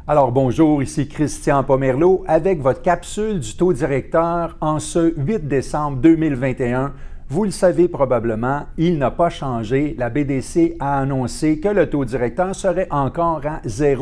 Alors bonjour, ici Christian Pomerleau avec votre capsule du taux directeur en ce 8 décembre 2021. Vous le savez probablement, il n'a pas changé. La BDC a annoncé que le taux directeur serait encore à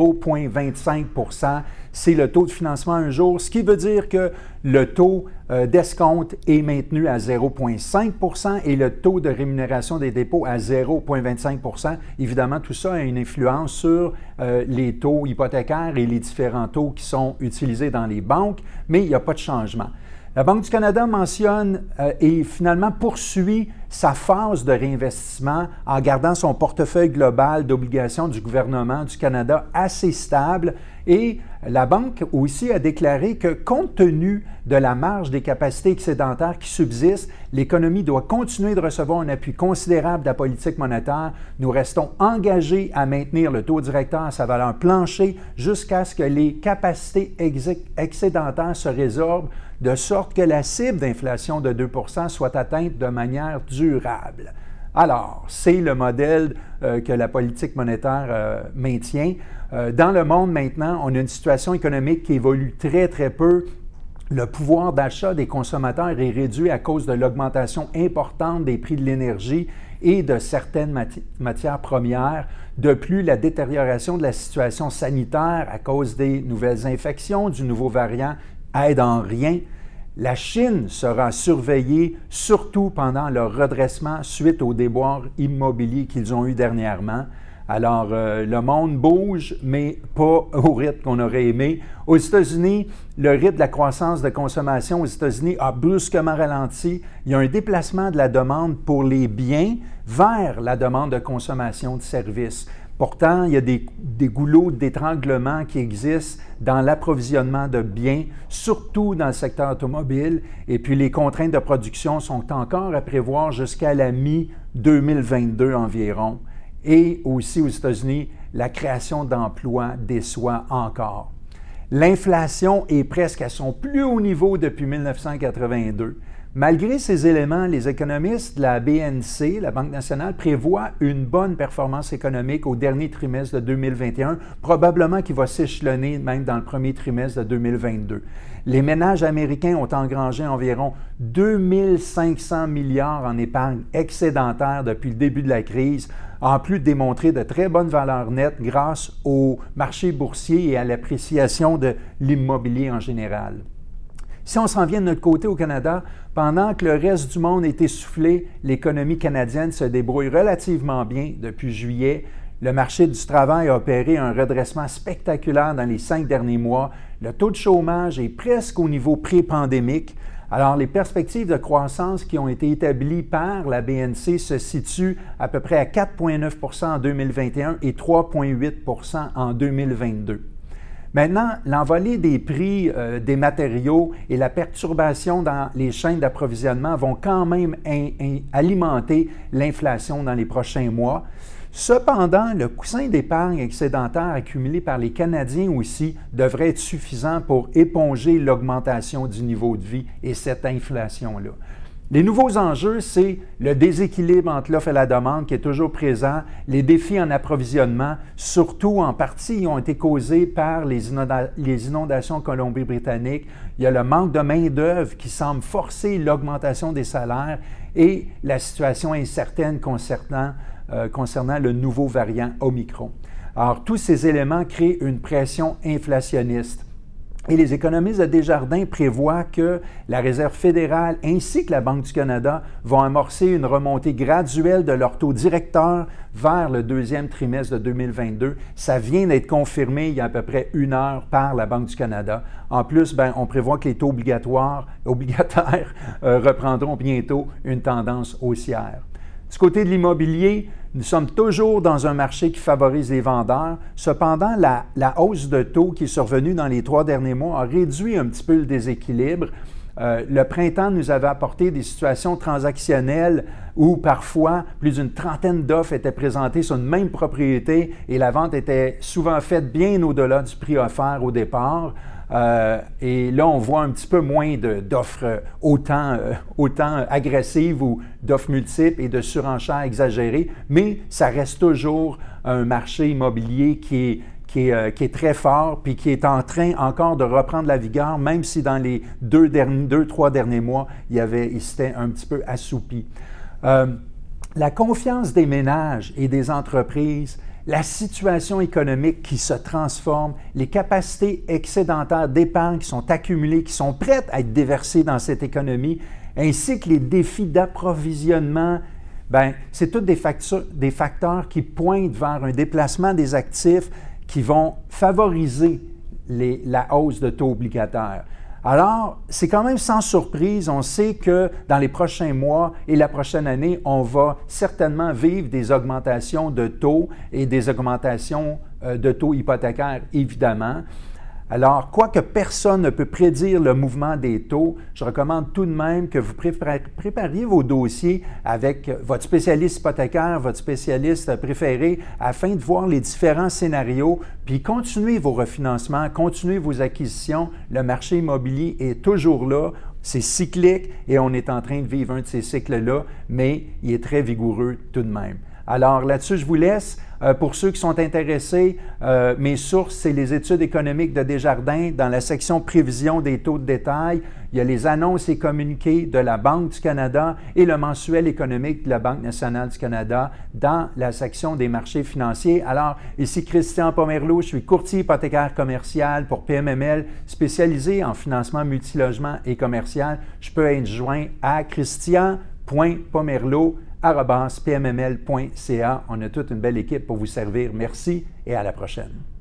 0,25 %. C'est le taux de financement un jour, ce qui veut dire que le taux d'escompte est maintenu à 0,5 % et le taux de rémunération des dépôts à 0,25 %. Évidemment, tout ça a une influence sur les taux hypothécaires et les différents taux qui sont utilisés dans les banques, mais il n'y a pas de changement. La Banque du Canada mentionne et finalement poursuit sa phase de réinvestissement en gardant son portefeuille global d'obligations du gouvernement du Canada assez stable. Et la Banque aussi a déclaré que compte tenu de la marge des capacités excédentaires qui subsistent, l'économie doit continuer de recevoir un appui considérable de la politique monétaire. Nous restons engagés à maintenir le taux directeur à sa valeur plancher jusqu'à ce que les capacités excédentaires se résorbent de sorte que la cible d'inflation de 2 % soit atteinte de manière durable. Alors, c'est le modèle que la politique monétaire maintient. Dans le monde maintenant, on a une situation économique qui évolue très, très peu. Le pouvoir d'achat des consommateurs est réduit à cause de l'augmentation importante des prix de l'énergie et de certaines matières premières. De plus, la détérioration de la situation sanitaire à cause des nouvelles infections, du nouveau variant, aide en rien. La Chine sera surveillée, surtout pendant leur redressement suite aux déboires immobiliers qu'ils ont eus dernièrement. Alors, le monde bouge, mais pas au rythme qu'on aurait aimé. Aux États-Unis, le rythme de la croissance de consommation aux États-Unis a brusquement ralenti. Il y a un déplacement de la demande pour les biens vers la demande de consommation de services. Pourtant, il y a des goulots d'étranglement qui existent dans l'approvisionnement de biens, surtout dans le secteur automobile. Et puis, les contraintes de production sont encore à prévoir jusqu'à la mi-2022 environ. Et aussi aux États-Unis, la création d'emplois déçoit encore. L'inflation est presque à son plus haut niveau depuis 1982. Malgré ces éléments, les économistes de la BNC, la Banque nationale, prévoient une bonne performance économique au dernier trimestre de 2021, probablement qui va s'échelonner même dans le premier trimestre de 2022. Les ménages américains ont engrangé environ 2 500 milliards en épargne excédentaire depuis le début de la crise, en plus de démontrer de très bonnes valeurs nettes grâce au marché boursier et à l'appréciation de l'immobilier en général. Si on s'en vient de notre côté au Canada, pendant que le reste du monde est essoufflé, l'économie canadienne se débrouille relativement bien depuis juillet. Le marché du travail a opéré un redressement spectaculaire dans les 5 derniers mois. Le taux de chômage est presque au niveau pré-pandémique. Alors, les perspectives de croissance qui ont été établies par la BNC se situent à peu près à 4,9 % en 2021 et 3,8 % en 2022. Maintenant, l'envolée des prix des matériaux et la perturbation dans les chaînes d'approvisionnement vont quand même alimenter l'inflation dans les prochains mois. Cependant, le coussin d'épargne excédentaire accumulé par les Canadiens aussi devrait être suffisant pour éponger l'augmentation du niveau de vie et cette inflation-là. Les nouveaux enjeux, c'est le déséquilibre entre l'offre et la demande qui est toujours présent, les défis en approvisionnement, surtout en partie, ont été causés par les inondations en Colombie-Britannique. Il y a le manque de main-d'œuvre qui semble forcer l'augmentation des salaires et la situation incertaine concernant le nouveau variant Omicron. Alors, tous ces éléments créent une pression inflationniste. Et les économistes de Desjardins prévoient que la Réserve fédérale ainsi que la Banque du Canada vont amorcer une remontée graduelle de leur taux directeur vers le deuxième trimestre de 2022. Ça vient d'être confirmé il y a à peu près 1 heure par la Banque du Canada. En plus, on prévoit que les taux obligataires reprendront bientôt une tendance haussière. Du côté de l'immobilier, nous sommes toujours dans un marché qui favorise les vendeurs. Cependant, la hausse de taux qui est survenue dans les 3 derniers mois a réduit un petit peu le déséquilibre. Le printemps nous avait apporté des situations transactionnelles où parfois plus d'une trentaine d'offres étaient présentées sur une même propriété et la vente était souvent faite bien au-delà du prix offert au départ. Et là, on voit un petit peu moins d'offres autant agressives ou d'offres multiples et de surenchères exagérées, mais ça reste toujours un marché immobilier qui qui est très fort, puis qui est en train encore de reprendre la vigueur, même si dans les 2-3 derniers mois, il s'était un petit peu assoupi. La confiance des ménages et des entreprises, la situation économique qui se transforme, les capacités excédentaires d'épargne qui sont accumulées, qui sont prêtes à être déversées dans cette économie, ainsi que les défis d'approvisionnement, bien, c'est tous des facteurs qui pointent vers un déplacement des actifs qui vont favoriser la hausse de taux obligataires. Alors, c'est quand même sans surprise, on sait que dans les prochains mois et la prochaine année, on va certainement vivre des augmentations de taux et des augmentations de taux hypothécaires, évidemment. Alors, quoique personne ne peut prédire le mouvement des taux, je recommande tout de même que vous prépariez vos dossiers avec votre spécialiste hypothécaire, votre spécialiste préféré, afin de voir les différents scénarios, puis continuez vos refinancements, continuez vos acquisitions. Le marché immobilier est toujours là. C'est cyclique et on est en train de vivre un de ces cycles-là, mais il est très vigoureux tout de même. Alors là-dessus, je vous laisse. Pour ceux qui sont intéressés, mes sources, c'est les études économiques de Desjardins. Dans la section prévision des taux de détail, il y a les annonces et communiqués de la Banque du Canada et le mensuel économique de la Banque nationale du Canada dans la section des marchés financiers. Alors, ici Christian Pomerleau, je suis courtier hypothécaire commercial pour PMML, spécialisé en financement multilogement et commercial. Je peux être joint à christian.pomerleau@pmml.ca. On a toute une belle équipe pour vous servir. Merci et à la prochaine.